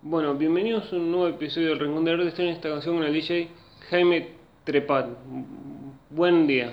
Bueno, bienvenidos a un nuevo episodio del Rincón de Arte. Estoy en esta canción con el DJ Jaime Trepat. Buen día.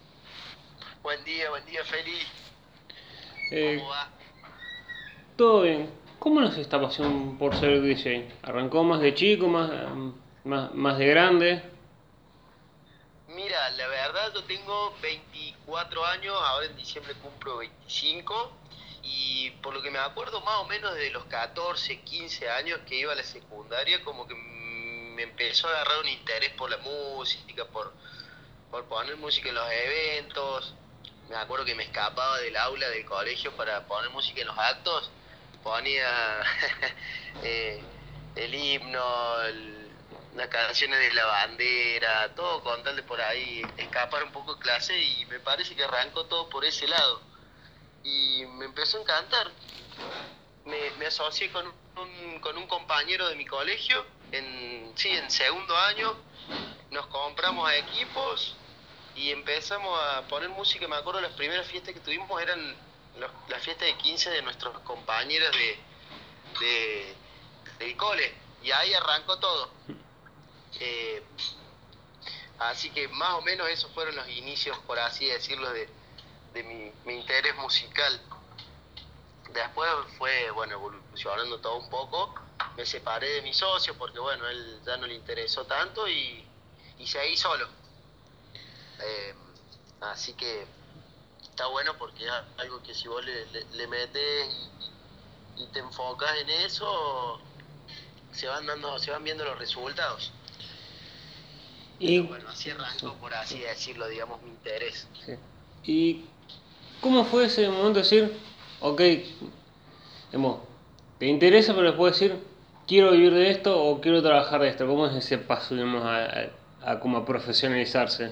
Buen día, Feli. Eh, ¿Cómo va? ¿Todo bien? ¿Cómo nos esta pasión por ser DJ? ¿Arrancó más de chico, más de grande? Mira, la verdad yo tengo 24 años, ahora en diciembre cumplo 25 y por lo que me acuerdo más o menos de los 14, 15 años que iba a la secundaria, como que me empezó a agarrar un interés por la música, por poner música en los eventos. Me acuerdo que me escapaba del aula del colegio para poner música en los actos, ponía eh, el himno, las canciones de la bandera, todo con tal de por ahí escapar un poco de clase y me parece que arrancó todo por ese lado. Y me empezó a encantar. Me asocié con un compañero de mi colegio, sí, en segundo año, nos compramos equipos y empezamos a poner música. Me acuerdo las primeras fiestas que tuvimos eran las fiestas de 15 de nuestros compañeros de, del cole, y ahí arrancó todo. Eh, Así que más o menos esos fueron los inicios, por así decirlo, de mi interés musical. Después fue, bueno, evolucionando todo un poco. Me separé de mi socio porque, bueno, él ya no le interesó tanto y seguí solo. Eh, Así que está bueno porque es algo que si vos le metes y te enfocas en eso, se van viendo los resultados. Pero ¿Y, bueno, así sí, arrancó, por así decirlo, digamos, mi interés. sí. ¿Y cómo fue ese momento de decir, ok, digamos, te interesa, pero después decir, quiero vivir de esto o quiero trabajar de esto? ¿Cómo es ese paso, digamos, a como a profesionalizarse?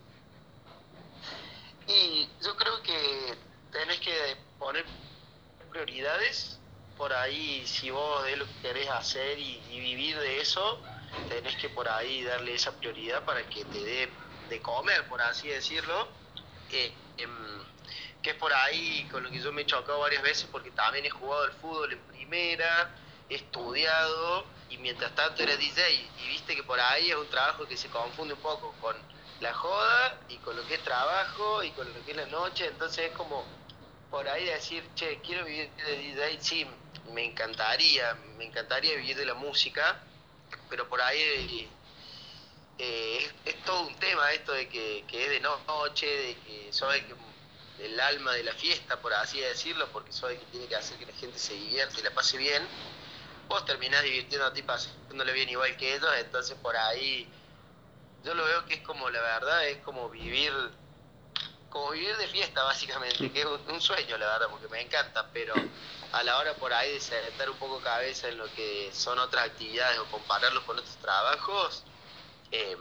Y yo creo que tenés que poner prioridades. Por ahí, si vos es lo que querés hacer y vivir de eso, tenés que por ahí darle esa prioridad para que te dé de comer, por así decirlo. Eh, em, que es por ahí con lo que yo me he chocado varias veces porque también he jugado al fútbol en primera, he estudiado y mientras tanto era DJ y viste que por ahí es un trabajo que se confunde un poco con la joda y con lo que es trabajo y con lo que es la noche. Entonces es como por ahí decir, che, quiero vivir de DJ. Sí, me encantaría vivir de la música, pero por ahí es todo un tema esto de que es de noche, de que soy el alma de la fiesta, por así decirlo, porque soy el que tiene que hacer que la gente se divierte y la pase bien. Vos terminás divirtiéndote y pasándole bien igual que ellos, entonces por ahí yo lo veo que es como, la verdad, es como vivir de fiesta básicamente, que es un sueño la verdad, porque me encanta, pero a la hora por ahí de sentar un poco cabeza en lo que son otras actividades o compararlos con otros trabajos, eh,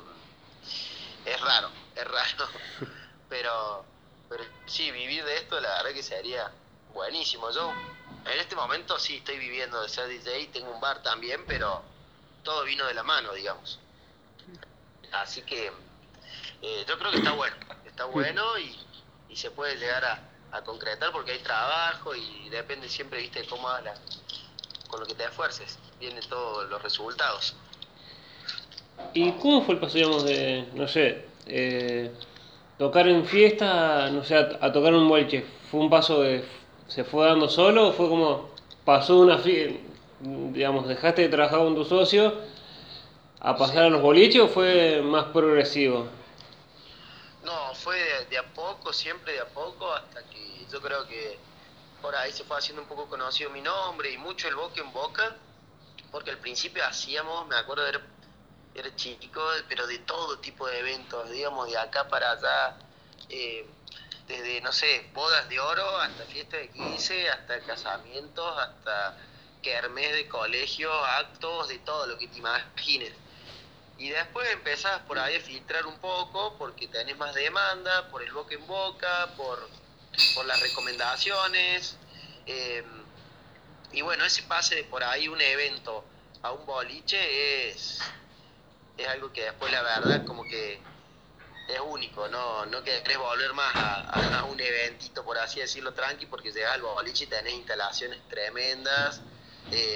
es raro, pero, pero sí, vivir de esto la verdad que sería buenísimo. Yo en este momento sí estoy viviendo de ser DJ, tengo un bar también, pero todo vino de la mano, digamos. Así que yo creo que está bueno y se puede llegar a concretar porque hay trabajo y depende siempre, viste, de cómo hagas con lo que te esfuerces, vienen todos los resultados. ¿Y cómo fue el paso, digamos, de, no sé, tocar en fiesta, no sé, a tocar en un boliche? ¿Fue un paso de, se fue dando solo o fue como, pasó de una fiesta, digamos, dejaste de trabajar con tu socio a Sí. pasar a los boliches o fue más progresivo? No, fue de a poco, siempre de a poco, hasta que yo creo que por ahí se fue haciendo un poco conocido mi nombre y mucho el boca en boca, porque al principio hacíamos, me acuerdo, era chico, pero de todo tipo de eventos, digamos, de acá para allá, eh, desde, no sé, bodas de oro hasta fiestas de 15, hasta casamientos, hasta kermés de colegios, actos, de todo lo que te imagines. Y después empezás por ahí a filtrar un poco porque tenés más demanda, por el boca en boca, por las recomendaciones. eh, y bueno, ese pase de por ahí un evento a un boliche es algo que después la verdad como que es único, no querés volver más a un eventito, por así decirlo, tranqui, porque llegás al boliche y tenés instalaciones tremendas. eh,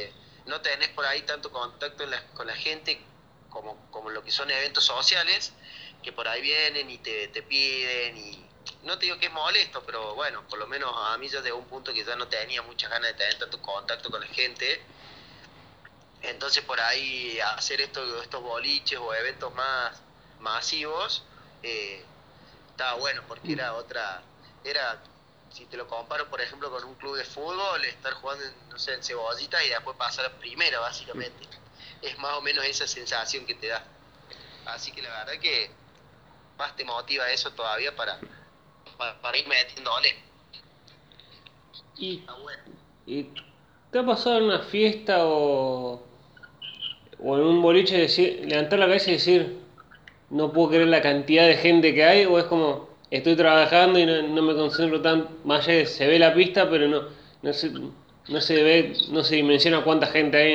no tenés por ahí tanto contacto con la gente como lo que son eventos sociales, que por ahí vienen y te piden y no te digo que es molesto, pero bueno, por lo menos a mí ya llegó un punto que ya no tenía muchas ganas de tener tanto contacto con la gente. Entonces por ahí hacer estos boliches o eventos más masivos eh, estaba bueno porque era, si te lo comparo por ejemplo con un club de fútbol, estar jugando no sé, en Cebollitas y después pasar a primera básicamente. Es más o menos esa sensación que te da. Así que la verdad que más te motiva eso todavía para ir metiéndole. ¿Y, Está bueno. y te ha pasado en una fiesta o en un boliche decir, levantar la cabeza y decir, no puedo creer la cantidad de gente que hay, o es como, estoy trabajando y no me concentro tan, más allá de se ve la pista, pero no se ve, no se dimensiona cuánta gente hay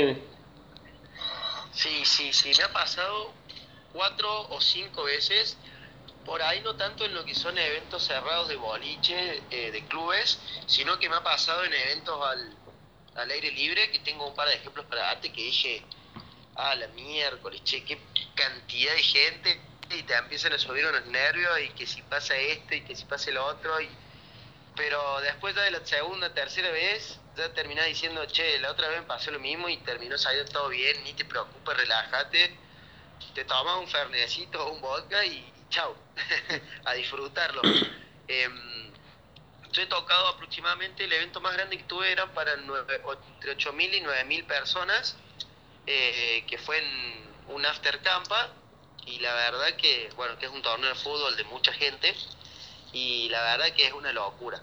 Sí, me ha pasado 4 o 5 veces. Por ahí no tanto en lo que son eventos cerrados de boliche, de clubes, sino que me ha pasado en eventos al aire libre, que tengo un par de ejemplos para darte que dije, la miércoles, che, qué cantidad de gente, y te empiezan a subir unos nervios, y que si pasa esto, y que si pasa lo otro, pero después ya de la segunda, tercera vez, ya terminás diciendo, che, la otra vez me pasó lo mismo y terminó saliendo todo bien, ni te preocupes, relájate, te tomas un fernecito o un vodka y chau, a disfrutarlo. Em, yo he tocado aproximadamente, el evento más grande que tuve era para entre 8.000 y 9.000 personas, que fue en un after campa, y la verdad que, bueno, que es un torneo de fútbol de mucha gente, y la verdad que es una locura.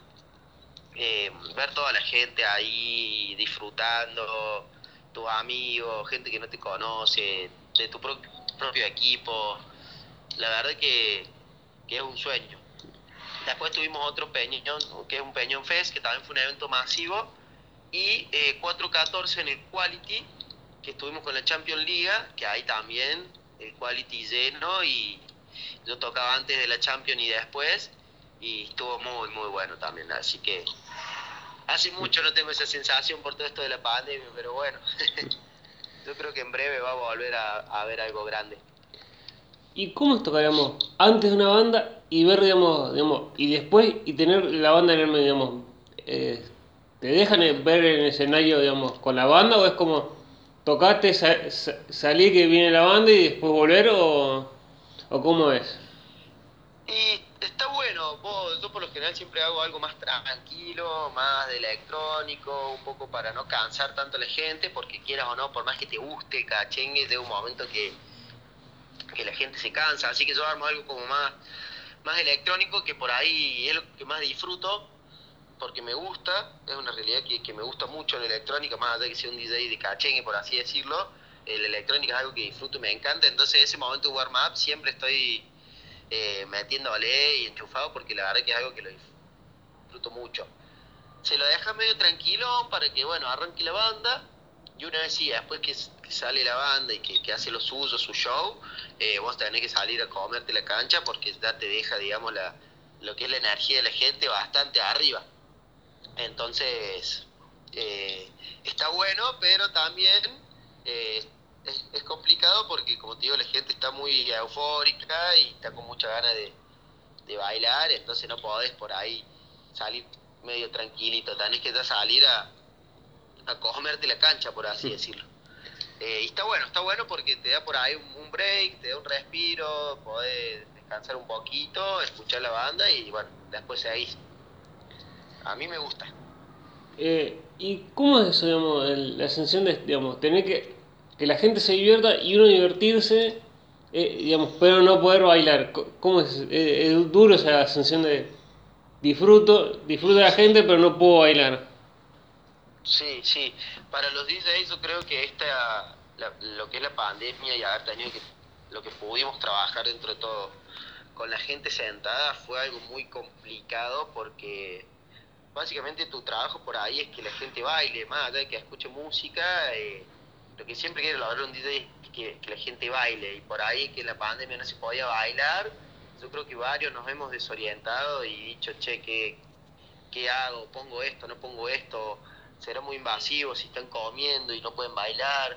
Ver toda la gente ahí disfrutando, tus amigos, gente que no te conoce, de tu propio equipo, la verdad que es un sueño. Después tuvimos otro Peñón, que es un Peñón Fest, que también fue un evento masivo, y 4-14 en el Quality, que estuvimos con la Champions League, que ahí también el Quality lleno, y yo tocaba antes de la Champions y después, y estuvo muy bueno también, así que hace mucho no tengo esa sensación por todo esto de la pandemia, pero bueno, yo creo que en breve va a volver a ver algo grande. ¿Y cómo es tocar, digamos, antes de una banda y ver, digamos, y después y tener la banda en el medio, digamos, ¿te dejan ver en el escenario, digamos, con la banda o es como tocaste, salí que viene la banda y después volver o cómo es? Y está bueno, yo por lo general siempre hago algo más tranquilo, más de electrónico, un poco para no cansar tanto a la gente, porque quieras o no, por más que te guste el cachengue, llega un momento que la gente se cansa, así que yo armo algo como más electrónico, que por ahí es lo que más disfruto, porque me gusta, es una realidad que me gusta mucho la electrónica, más allá de que sea un DJ de cachengue, por así decirlo, la electrónica es algo que disfruto y me encanta, entonces ese momento de warm-up siempre estoy metiéndole y enchufado, porque la verdad que es algo que lo disfruto mucho. Se lo deja medio tranquilo para que, bueno, arranque la banda, y una vez sí, después que sale la banda y que hace lo suyo, su show, vos tenés que salir a comerte la cancha, porque ya te deja, digamos, lo que es la energía de la gente bastante arriba. Entonces, eh, está bueno, pero también eh, es complicado porque, como te digo, la gente está muy eufórica y está con mucha ganas de bailar, entonces no podés por ahí salir medio tranquilito, tenés que ya salir a comerte la cancha, por así decirlo. Y está bueno porque te da por ahí un break, te da un respiro, podés descansar un poquito, escuchar la banda y bueno, después seguís. A mí me gusta. ¿Y cómo es eso, digamos, la sensación de, digamos, tener que la gente se divierta y uno divertirse, digamos, pero no poder bailar? ¿Cómo es? Es duro esa sensación de disfruto de la gente, pero no puedo bailar. Sí. Para los DJs yo creo que lo que es la pandemia y haber tenido lo que pudimos trabajar dentro de todo con la gente sentada fue algo muy complicado, porque básicamente tu trabajo por ahí es que la gente baile, más allá de que escuche música, lo que siempre quiere lograr un DJ es que la gente baile, y por ahí que en la pandemia no se podía bailar, yo creo que varios nos hemos desorientado y dicho, che, ¿qué hago? ¿Pongo esto? ¿No pongo esto? será muy invasivo si están comiendo y no pueden bailar.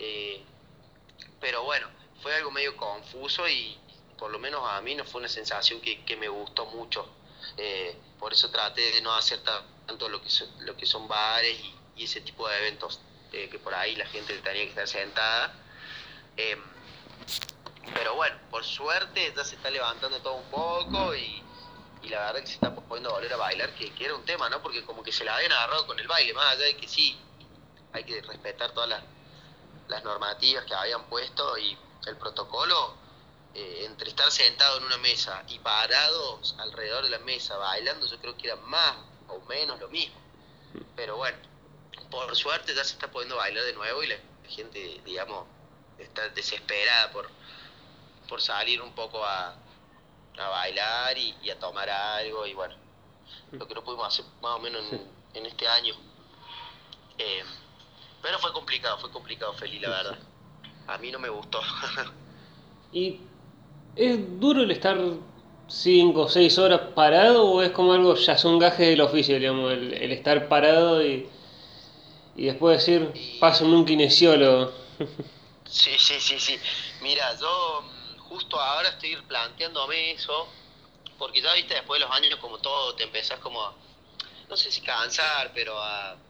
Pero bueno, fue algo medio confuso y por lo menos a mí no fue una sensación que me gustó mucho. Por eso traté de no hacer tanto lo que son bares y ese tipo de eventos, que por ahí la gente tenía que estar sentada. Eh, pero bueno, por suerte ya se está levantando todo un poco y la verdad que se está poniendo a volver a bailar, que era un tema, ¿no? Porque como que se la habían agarrado con el baile, más allá de que sí, hay que respetar todas las normativas que habían puesto y el protocolo, entre estar sentado en una mesa y parados alrededor de la mesa bailando, yo creo que era más o menos lo mismo. Pero bueno, por suerte ya se está pudiendo bailar de nuevo y la gente, digamos, está desesperada por salir un poco a bailar y a tomar algo y bueno, lo que no pudimos hacer más o menos Sí, en este año. Eh, pero fue complicado, Feli, la sí, sí. verdad. A mí no me gustó. ¿Y es duro el estar 5 o 6 horas parado o es como algo, ya son gajes del oficio, digamos, el estar parado y después decir, paso en Y un kinesiólogo? sí, sí, sí, sí. Mira, yo justo ahora estoy planteándome eso, porque ya viste, después de los años, como todo, te empezás como no sé si cansar, pero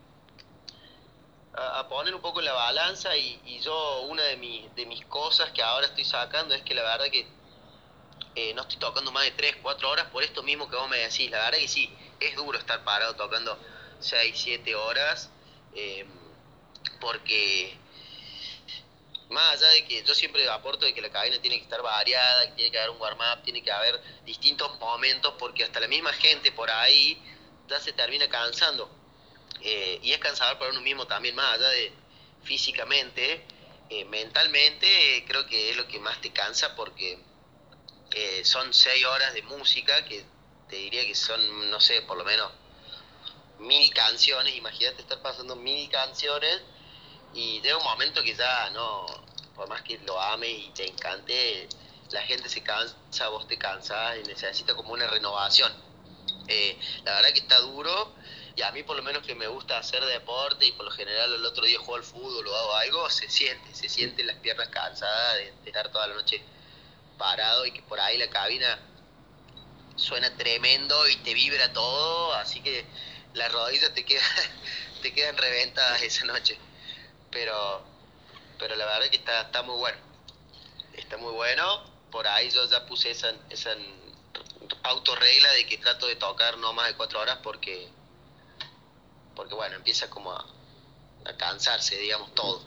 a poner un poco en la balanza y yo, una de mis cosas que ahora estoy sacando es que la verdad que no estoy tocando más de 3 4 horas por esto mismo que vos me decís. La verdad que sí, es duro estar parado tocando 6 7 horas, eh, porque más allá de que yo siempre aporto de que la cabina tiene que estar variada, que tiene que haber un warm-up, tiene que haber distintos momentos, porque hasta la misma gente por ahí ya se termina cansando. Y es cansador para uno mismo también, más allá de físicamente, mentalmente, creo que es lo que más te cansa porque son 6 horas de música que te diría que son, no sé, por lo menos 1000 canciones. Imagínate estar pasando 1000 canciones y llega un momento que ya no, por más que lo ames y te encante, la gente se cansa, vos te cansás y necesita como una renovación. La verdad que está duro y a mí por lo menos que me gusta hacer deporte y por lo general el otro día juego al fútbol o hago algo, se sienten las piernas cansadas de estar toda la noche parado y que por ahí la cabina suena tremendo y te vibra todo, así que las rodillas te quedan reventadas esa noche. Pero, pero la verdad que está muy bueno, está muy bueno. Por ahí yo ya puse esa autorregla de que trato de tocar no más de 4 horas porque bueno, empieza como a cansarse, digamos, todo.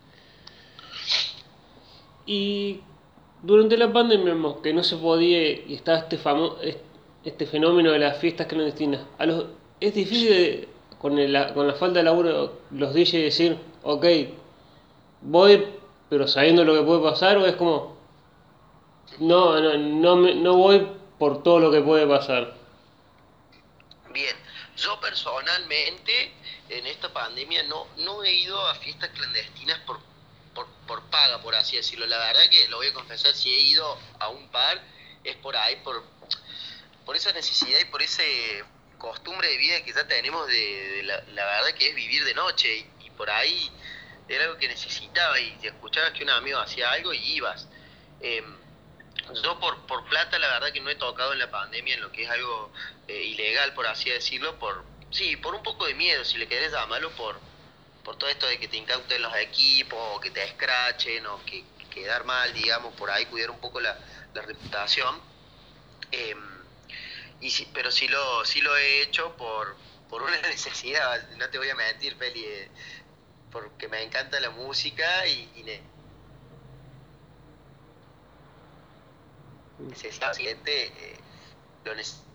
Y durante la pandemia, que no se podía y estaba este fenómeno de las fiestas clandestinas, es difícil con la falta de laburo los DJs decir, ok, voy, pero sabiendo lo que puede pasar, o es como, no voy por todo lo que puede pasar. Bien, yo personalmente en esta pandemia no he ido a fiestas clandestinas por paga, por así decirlo. La verdad que lo voy a confesar, si he ido a un par es por ahí, por esa necesidad y por ese costumbre de vida que ya tenemos de la verdad que es vivir de noche y por ahí era algo que necesitaba y te escuchabas que un amigo hacía algo y ibas. Eh, yo por plata la verdad que no he tocado en la pandemia en lo que es algo ilegal, por así decirlo, sí, por un poco de miedo, si le querés llamarlo, por todo esto de que te incauten los equipos, o que te escrachen, o que quedar mal, digamos, por ahí cuidar un poco la reputación. Eh, pero sí lo he hecho por una necesidad, no te voy a mentir, Feli, porque me encanta la música y necesito lo necesito.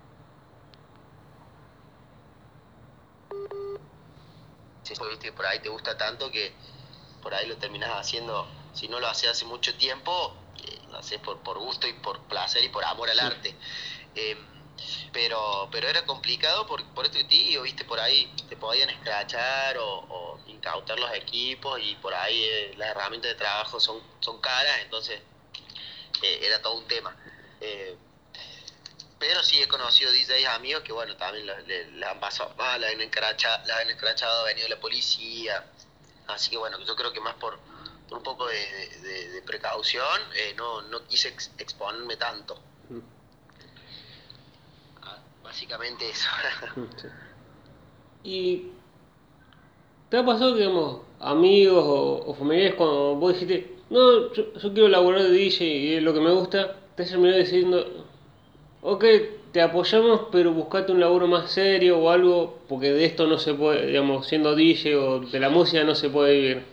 Viste, por ahí te gusta tanto que por ahí lo terminás haciendo, si no lo haces hace mucho tiempo, lo haces por gusto y por placer y por amor al Sí. arte. Eh, pero era complicado por esto que te digo, viste, por ahí te podían escrachar o incautar los equipos y por ahí las herramientas de trabajo son caras, entonces era todo un tema. Eh, Pero sí he conocido DJs amigos que, bueno, también le han pasado mal, la han escrachado, ha venido la policía. Así que, bueno, yo creo que más por un poco de precaución, no quise exponerme tanto. Básicamente eso. Sí. ¿Y te ha pasado que, digamos, amigos o familiares, cuando vos dijiste, no, yo quiero laburar de DJ y es lo que me gusta, te has terminado diciendo, ok, te apoyamos, pero buscate un laburo más serio o algo, porque de esto no se puede, digamos, siendo DJ o de la música no se puede vivir?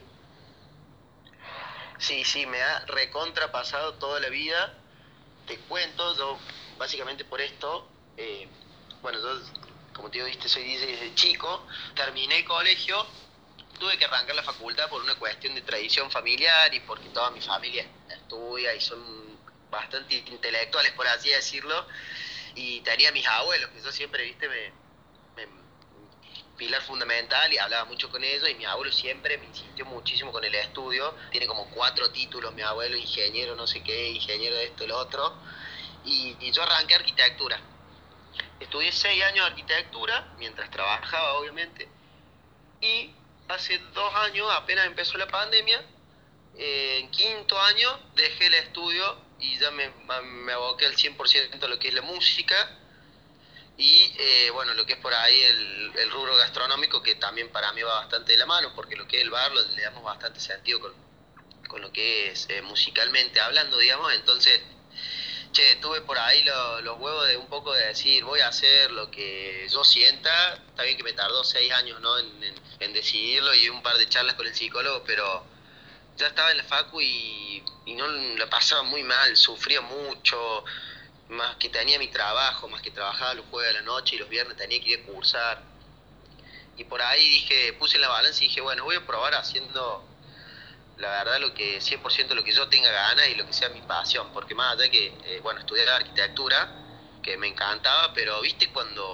Sí, sí, me ha recontrapasado toda la vida. Te cuento, yo básicamente por esto, bueno, yo, como te digo, viste, soy DJ desde chico, terminé el colegio, tuve que arrancar la facultad por una cuestión de tradición familiar y porque toda mi familia estudia y son bastante intelectuales, por así decirlo, y tenía a mis abuelos, que yo siempre, viste, me pilar fundamental y hablaba mucho con ellos y mi abuelo siempre me insistió muchísimo con el estudio, tiene como 4 títulos mi abuelo, ingeniero no sé qué, ingeniero de esto, lo otro, y yo arranqué arquitectura. Estudié 6 años de arquitectura, mientras trabajaba obviamente, y hace 2 años, apenas empezó la pandemia, en quinto año dejé el estudio y ya me aboqué al 100% a lo que es la música y bueno, lo que es por ahí el rubro gastronómico, que también para mí va bastante de la mano, porque lo que es el bar le damos bastante sentido con lo que es musicalmente hablando, digamos. Entonces, che, tuve por ahí los huevos de un poco de decir, voy a hacer lo que yo sienta. Está bien que me tardó 6 años, ¿no? En decidirlo y un par de charlas con el psicólogo, pero ya estaba en la facu y no la pasaba muy mal, sufría mucho, más que tenía mi trabajo, más que trabajaba los jueves de la noche y los viernes tenía que ir a cursar. Y por ahí dije, puse la balanza y dije, bueno, voy a probar haciendo la verdad lo que 100% lo que yo tenga ganas y lo que sea mi pasión, porque más allá de que, bueno, estudié arquitectura, que me encantaba, pero viste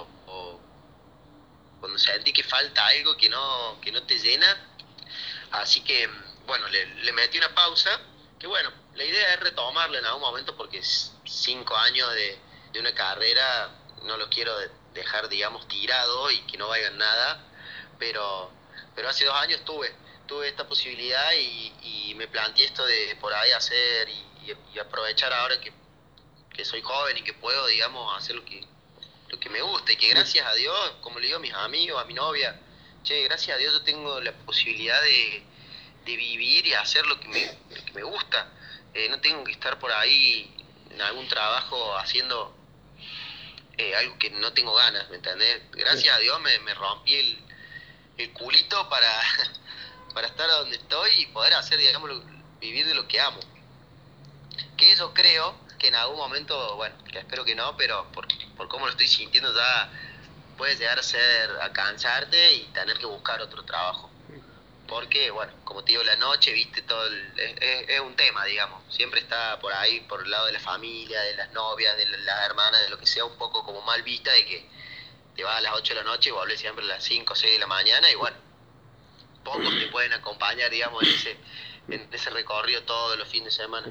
cuando sentí que falta algo que no te llena, así que, bueno, le metí una pausa, que bueno, la idea es retomarla en algún momento porque 5 años de una carrera no los quiero dejar, digamos, tirado y que no valgan nada, pero, pero hace 2 años tuve esta posibilidad y me planteé esto de por ahí hacer y aprovechar ahora que soy joven y que puedo, digamos, hacer lo que me gusta y que gracias a Dios, como le digo a mis amigos, a mi novia, che, gracias a Dios yo tengo la posibilidad de vivir y hacer lo que me gusta. No tengo que estar por ahí en algún trabajo haciendo algo que no tengo ganas, ¿me entendés? Sí. Gracias a Dios me rompí el culito para estar donde estoy y poder hacer, digamos, vivir de lo que amo. Que yo creo que en algún momento, bueno, que espero que no, pero por cómo lo estoy sintiendo ya puede llegar a cansarte y tener que buscar otro trabajo. Porque, bueno, como te digo, la noche, viste, es un tema, digamos. Siempre está por ahí, por el lado de la familia, de las novias, de las hermanas, de lo que sea, un poco como mal vista de que te vas a las 8 de la noche y vuelves siempre a las 5 o 6 de la mañana y bueno, pocos te pueden acompañar, digamos, en ese recorrido todos los fines de semana.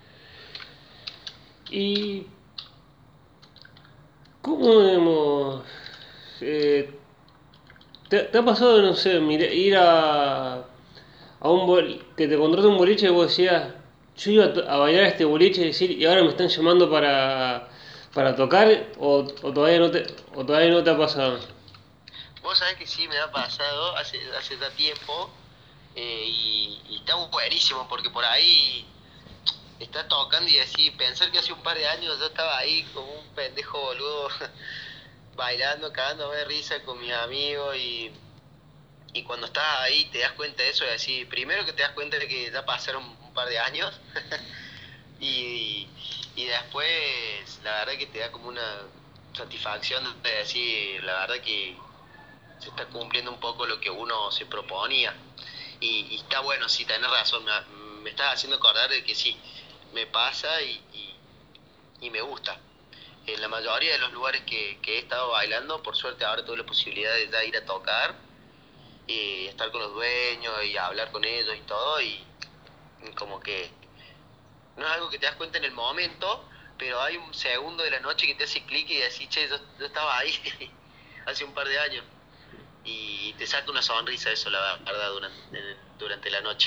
¿Y cómo, digamos, eh, te ha pasado, no sé, ir a que te contrate un boliche y vos decías, yo iba a bailar a este boliche y decir, y ahora me están llamando para tocar, o todavía no te ha pasado? Vos sabés que sí me ha pasado hace ya tiempo y está buenísimo porque por ahí estás tocando y así, pensar que hace un par de años yo estaba ahí como un pendejo boludo bailando, cagándome de risa con mis amigos y cuando estás ahí te das cuenta de eso y así, primero que te das cuenta de que ya pasaron un par de años y, y después la verdad que te da como una satisfacción de decir, la verdad que se está cumpliendo un poco lo que uno se proponía. Y está bueno, sí, tenés razón, me estás haciendo acordar de que sí, me pasa y me gusta. En la mayoría de los lugares que he estado bailando, por suerte ahora tuve la posibilidad de ya ir a tocar y estar con los dueños y hablar con ellos y todo, y como que no es algo que te das cuenta en el momento, pero hay un segundo de la noche que te hace clic y decís, che, yo estaba ahí hace un par de años. Y te saca una sonrisa eso, la verdad, durante la noche.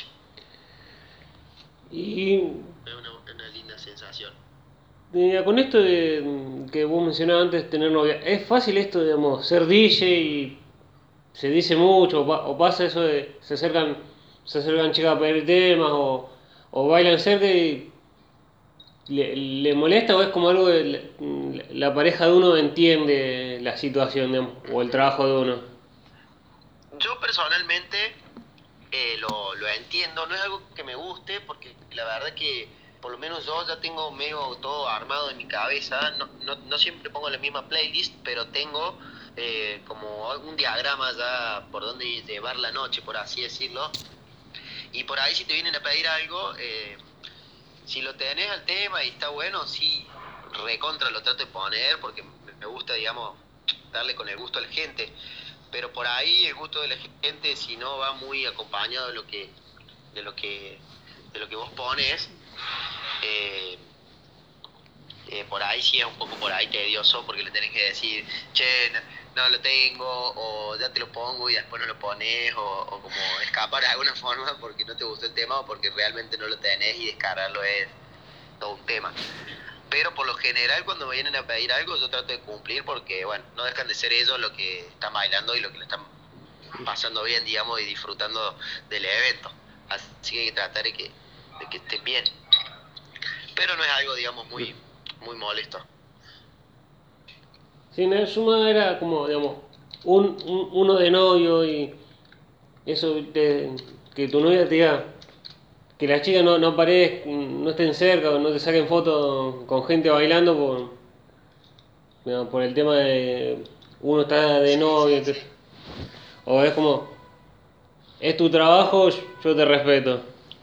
Y Es una linda sensación. con esto de que vos mencionabas antes, tener novia, ¿es fácil esto, digamos, ser DJ y se dice mucho, o pasa eso de se acercan chicas a pedir temas, o bailan cerca y le molesta, o es como algo de la pareja de uno entiende la situación, digamos, o el trabajo de uno? Yo personalmente lo entiendo, no es algo que me guste, porque la verdad que por lo menos yo ya tengo medio todo armado en mi cabeza, no siempre pongo la misma playlist, pero tengo como un diagrama ya por donde llevar la noche, por así decirlo, y por ahí si te vienen a pedir algo, si lo tenés al tema y está bueno, sí, recontra lo trato de poner, porque me gusta, digamos, darle con el gusto a la gente, pero por ahí el gusto de la gente, si no va muy acompañado de lo que, de lo que vos pones, eh, por ahí sí es un poco por ahí tedioso, porque le tenés que decir, che, no lo tengo, o ya te lo pongo y después no lo pones, o como escapar de alguna forma porque no te gustó el tema o porque realmente no lo tenés y descargarlo es todo un tema. Pero por lo general cuando me vienen a pedir algo yo trato de cumplir porque, bueno, no dejan de ser ellos lo que están bailando y lo que le están pasando bien, digamos, y disfrutando del evento. Así que hay que tratar de que estén bien. Pero no es algo, digamos, muy molesto. Sí, no, Suma era como, digamos, uno de novio y eso que tu novia te diga que las chicas no no estén cerca o no te saquen fotos con gente bailando digamos, por el tema de uno está de Sí, novio, sí, sí. o es como, es tu trabajo, yo te respeto.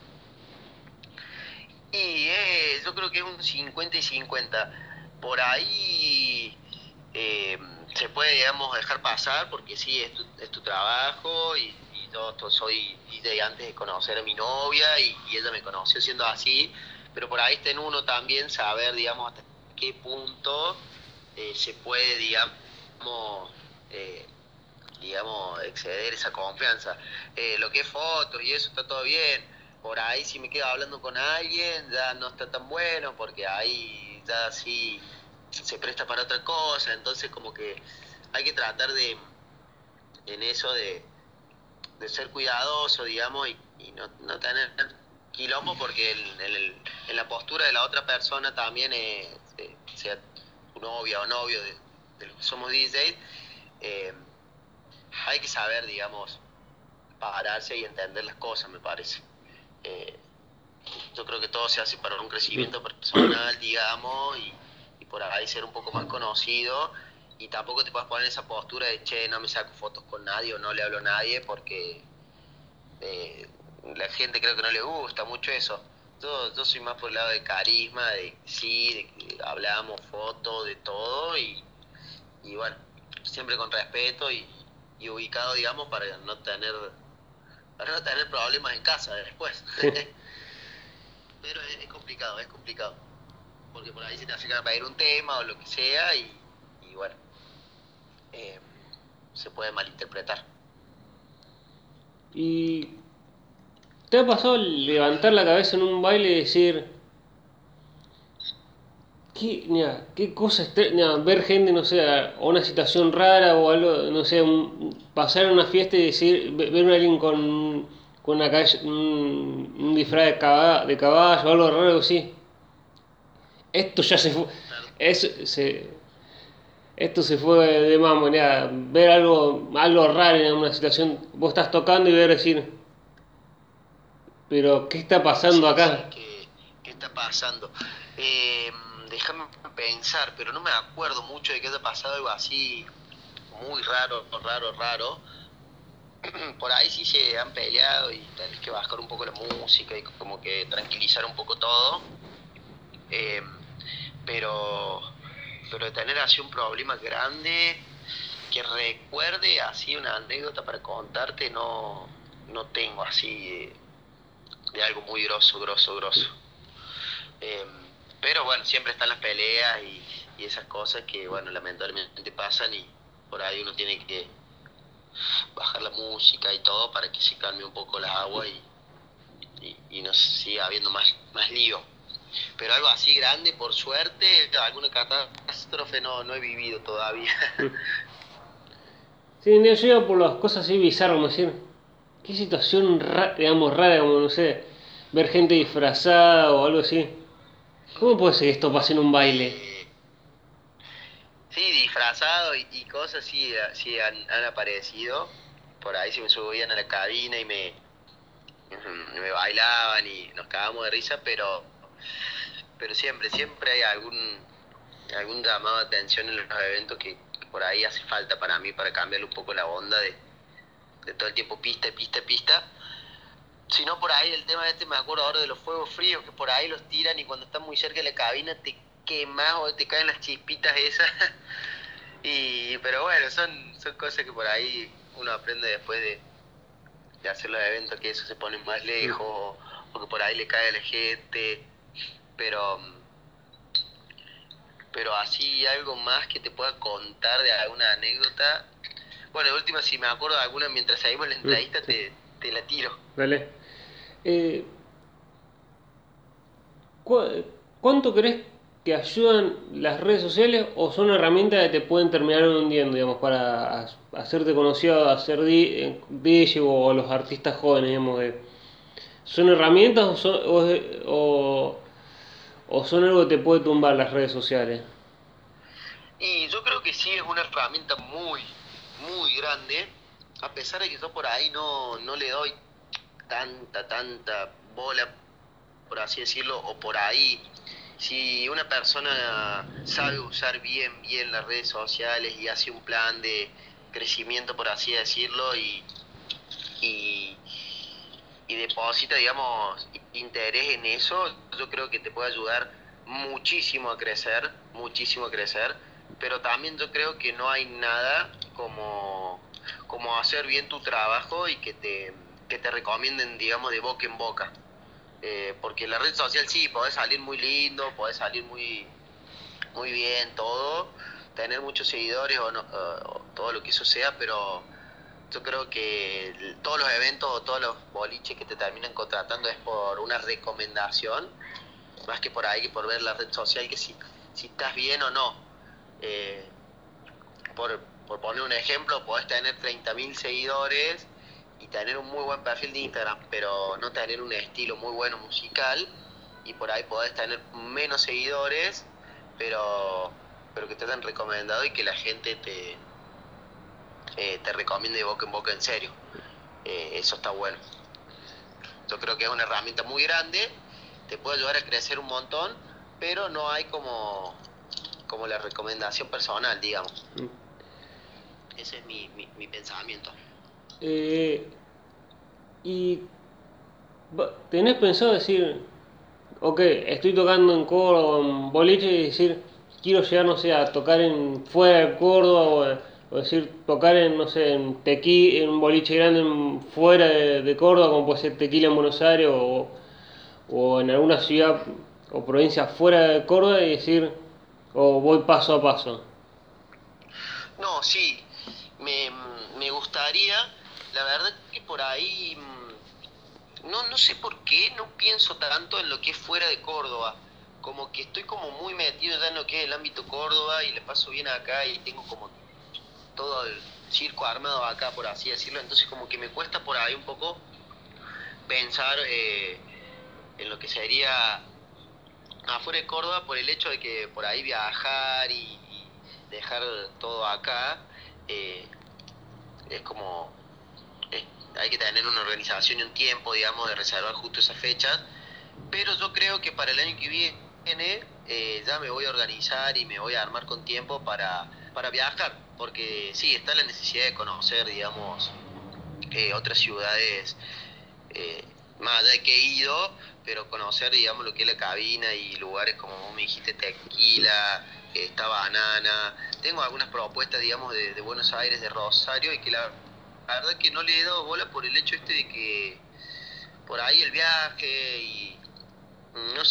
Y yo creo que es un 50 y 50. Por ahí eh, se puede, digamos, dejar pasar porque sí, es tu trabajo y yo soy DJ antes de conocer a mi novia y ella me conoció siendo así, pero por ahí está en uno también saber, digamos, hasta qué punto se puede, eh, digamos, exceder esa confianza. Lo que es fotos y eso está todo bien. Por ahí si me quedo hablando con alguien ya no está tan bueno porque ahí ya sí se presta para otra cosa. Entonces como que hay que tratar en eso de ser cuidadoso, digamos, y no tener quilombo porque en la postura de la otra persona también, sea tu novia o novio de los que somos DJs, eh, hay que saber, digamos, pararse y entender las cosas, me parece. Eh, yo creo que todo se hace para un crecimiento personal, digamos, y por ahí ser un poco más conocido. Y tampoco te puedes poner en esa postura de, che, no me saco fotos con nadie o no le hablo a nadie porque la gente creo que no le gusta mucho eso. Yo soy más por el lado de carisma, de sí, de que hablamos, fotos, de todo y bueno, siempre con respeto y ubicado, digamos, para no tener problemas en casa después. Pero es complicado, es complicado. Porque por ahí se te acercan a pedir un tema o lo que sea y bueno, eh, se puede malinterpretar. ¿Y te ha pasado levantar la cabeza en un baile y decir, qué cosa extraña, ver gente, no sé, o una situación rara o algo, no sé, pasar en una fiesta y decir, ver a alguien con una un disfraz de caballo o algo raro así? Esto ya se fue, Claro. se, esto se fue de más manera, ver algo raro en una situación, vos estás tocando y ver decir, pero ¿qué está pasando Sí, sí, acá? ¿qué está pasando? Eh, déjame pensar, pero no me acuerdo mucho de que haya pasado algo así muy raro, raro, raro. Por ahí sí se han peleado y tenés que bajar un poco la música y como que tranquilizar un poco todo. Eh, pero, pero de tener así un problema grande que recuerde así una anécdota para contarte, no tengo así de algo muy grosso, grosso, grosso. Eh, Pero bueno, siempre están las peleas y esas cosas que, bueno, lamentablemente pasan y por ahí uno tiene que bajar la música y todo para que se calme un poco las aguas y no siga habiendo más lío. Pero algo así grande, por suerte, alguna catástrofe no he vivido todavía. Sí, no, yo iba por las cosas así bizarras, como decir, qué situación, digamos, rara, como no sé, ver gente disfrazada o algo así. ¿Cómo puede ser que esto pase en un baile? Eh, sí, disfrazado y cosas sí, sí han aparecido. Por ahí se me subían a la cabina y me bailaban y nos cagábamos de risa, pero siempre hay algún llamado de atención en los eventos que por ahí hace falta para mí, para cambiarle un poco la onda de todo el tiempo pista, pista, pista. Si no, por ahí el tema este, me acuerdo ahora de los fuegos fríos, que por ahí los tiran y cuando están muy cerca de la cabina te quemas o te caen las chispitas esas. Pero bueno, son cosas que por ahí uno aprende después de hacer los eventos, que eso se pone más lejos, o que por ahí le cae a la gente. Pero, pero así algo más que te pueda contar de alguna anécdota. Bueno, de última, si me acuerdo de alguna mientras seguimos la entrevista, Sí. te la tiro. Dale. Eh, ¿Cuánto crees que ayudan las redes sociales o son herramientas que te pueden terminar hundiendo, digamos, para hacerte conocido, hacer DJ o los artistas jóvenes, digamos? ¿Son herramientas o son algo que te puede tumbar las redes sociales? Y yo creo que sí es una herramienta muy grande, a pesar de que yo por ahí no le doy tanta bola, por así decirlo, o por ahí, si una persona sabe usar bien las redes sociales y hace un plan de crecimiento, por así decirlo, y, y deposita, digamos, interés en eso, yo creo que te puede ayudar muchísimo a crecer, pero también yo creo que no hay nada como hacer bien tu trabajo y que te recomienden, digamos, de boca en boca. Porque en la red social sí, podés salir muy lindo, podés salir muy bien, todo, tener muchos seguidores o todo lo que eso sea, pero yo creo que todos los eventos o todos los boliches que te terminan contratando es por una recomendación, más que por ahí que por ver la red social que si estás bien o no. Eh, por poner un ejemplo, podés tener 30.000 seguidores y tener un muy buen perfil de Instagram, pero no tener un estilo muy bueno musical, y por ahí podés tener menos seguidores, pero, pero que te hayan recomendado y que la gente te recomiende de boca en boca en serio. Eso está bueno. Yo creo que es una herramienta muy grande, te puede ayudar a crecer un montón, pero no hay como la recomendación personal, digamos. Ese es mi pensamiento. Eh, ¿Y tenés pensado decir, ok, estoy tocando en Córdoba, en boliche, y decir, quiero llegar, no sé, a tocar fuera de Córdoba, o decir, tocar en, no sé, en un boliche grande fuera de Córdoba, como puede ser Tequila en Buenos Aires, o en alguna ciudad o provincia fuera de Córdoba, y decir, o voy paso a paso? No, sí, me, me gustaría, la verdad que por ahí, no sé por qué, no pienso tanto en lo que es fuera de Córdoba, como que estoy como muy metido ya en lo que es el ámbito Córdoba y le paso bien acá y tengo como todo el circo armado acá, por así decirlo, entonces como que me cuesta por ahí un poco pensar en lo que sería afuera de Córdoba por el hecho de que por ahí viajar y dejar todo acá, eh, es como, es- hay que tener una organización y un tiempo, digamos, de reservar justo esas fechas, pero yo creo que para el año que viene ya me voy a organizar y me voy a armar con tiempo para viajar, porque sí, está la necesidad de conocer, digamos, otras ciudades, más allá de que he ido, pero conocer, digamos, lo que es la cabina y lugares como vos me dijiste, Tequila, está Banana. Tengo algunas propuestas, digamos, de Buenos Aires, de Rosario, y que la verdad que no le he dado bola por el hecho este de que por ahí el viaje y no sé,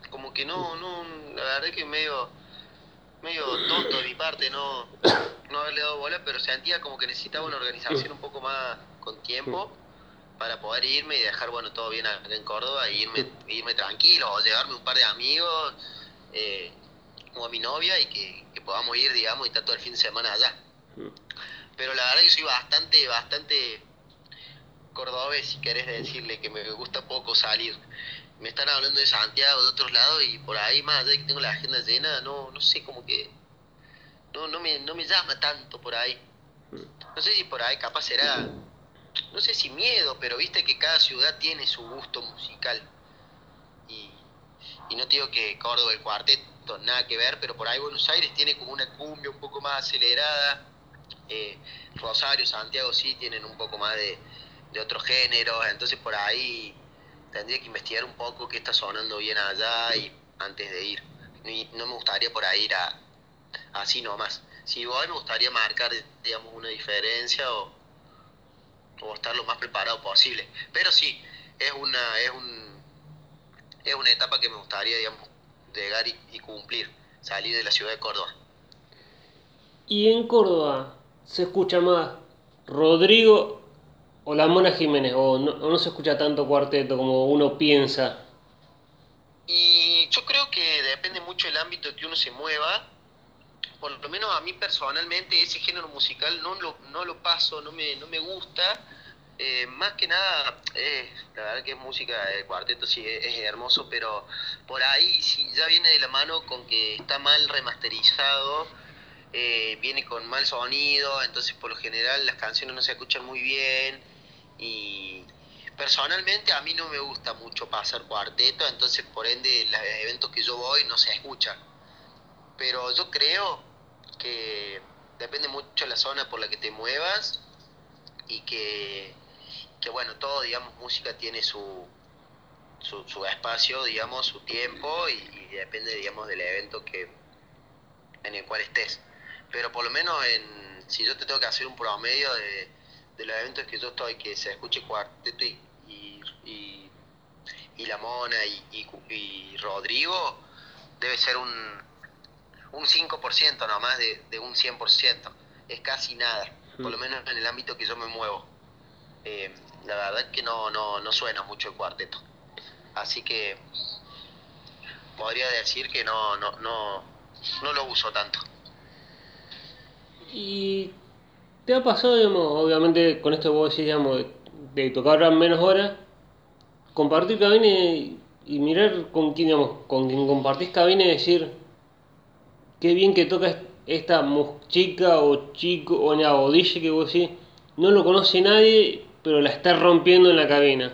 como que la verdad que medio tonto de mi parte no haberle dado bola, pero sentía como que necesitaba una organización un poco más con tiempo para poder irme y dejar, bueno, todo bien acá en Córdoba e irme tranquilo o llevarme un par de amigos eh, o a mi novia y que podamos ir, digamos, y estar todo el fin de semana allá. Pero la verdad que soy bastante cordobés, si querés decirle, que me gusta poco salir. Me están hablando de Santiago, de otros lados, y por ahí, más allá de que tengo la agenda llena, no sé, como que no me llama tanto por ahí. No sé si por ahí capaz será, no sé si miedo, pero viste que cada ciudad tiene su gusto musical. Y, y no te digo que Córdoba, el cuarteto, nada que ver, pero por ahí Buenos Aires tiene como una cumbia un poco más acelerada. Rosario, Santiago sí tienen un poco más de otros géneros, entonces por ahí tendría que investigar un poco qué está sonando bien allá y antes de ir. Y no me gustaría por ahí ir así nomás. Si voy me gustaría marcar, digamos, una diferencia o estar lo más preparado posible. Pero sí, es una, es un, es una etapa que me gustaría, digamos, llegar y cumplir, salir de la ciudad de Córdoba. Y en Córdoba se escucha más Rodrigo o la Mona Jiménez, o no se escucha tanto cuarteto como uno piensa. Y yo creo que depende mucho del ámbito en que uno se mueva. Por lo menos a mí personalmente ese género musical no lo paso, no me gusta. Más que nada, la verdad que es música, el cuarteto sí es hermoso, pero por ahí sí ya viene de la mano con que está mal remasterizado, viene con mal sonido, entonces por lo general las canciones no se escuchan muy bien y personalmente a mí no me gusta mucho pasar cuarteto, entonces por ende los eventos que yo voy no se escuchan. Pero yo creo que depende mucho de la zona por la que te muevas y que bueno, todo, digamos, música tiene su espacio, digamos, su tiempo y depende, digamos, del evento en el cual estés. Pero por lo menos si yo te tengo que hacer un promedio de los eventos que yo estoy, que se escuche cuarteto y La Mona y Rodrigo, debe ser un 5% nomás de un 100%. Es casi nada, por lo menos en el ámbito que yo me muevo. La verdad es que no suena mucho el cuarteto. Así que podría decir que no lo uso tanto. Y te ha pasado, digamos, obviamente con esto vos decís, digamos, de tocar menos horas, compartir cabina y mirar con quién, digamos, con quien compartís cabina y decir, qué bien que toca esta chica o chico o DJ que vos decís, no lo conoce nadie, pero la está rompiendo en la cabina.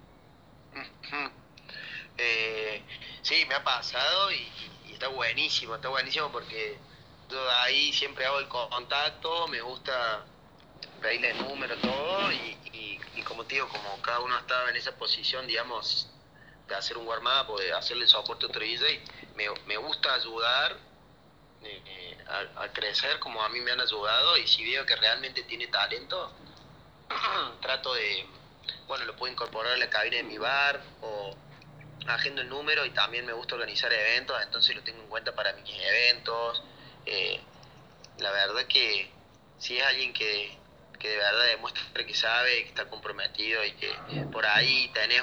Eh, sí, me ha pasado y está buenísimo porque yo ahí siempre hago el contacto, me gusta pedirle el número, todo, y como te digo, como cada uno estaba en esa posición, digamos, de hacer un warm-up o de hacerle soporte a otro DJ, me gusta ayudar a crecer como a mí me han ayudado y si veo que realmente tiene talento, trato de, bueno, lo puedo incorporar a la cabina de mi bar o agendo el número y también me gusta organizar eventos, entonces lo tengo en cuenta para mis eventos. Eh, la verdad que si es alguien que de verdad demuestra que sabe, que está comprometido y que por ahí tenés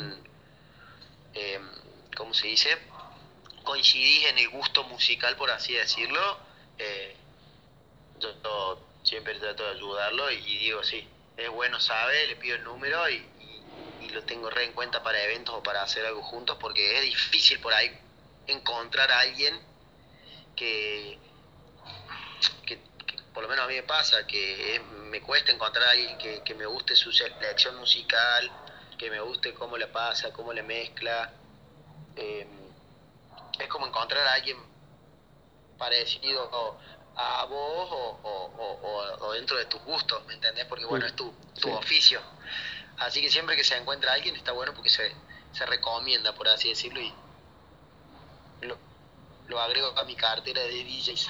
eh, ¿cómo se dice? Coincidís en el gusto musical, por así decirlo, eh, yo siempre trato de ayudarlo y digo, sí, es bueno, sabe, le pido el número y lo tengo re en cuenta para eventos o para hacer algo juntos porque es difícil por ahí encontrar a alguien que, que por lo menos a mí me pasa, me cuesta encontrar a alguien que me guste su selección musical, que me guste cómo le pasa, cómo le mezcla. Eh, es como encontrar a alguien parecido a vos o dentro de tus gustos, ¿me entendés? Porque bueno, es tu Sí. oficio. Así que siempre que se encuentra alguien está bueno porque se recomienda, por así decirlo, y lo, lo agrego a mi cartera de DJs.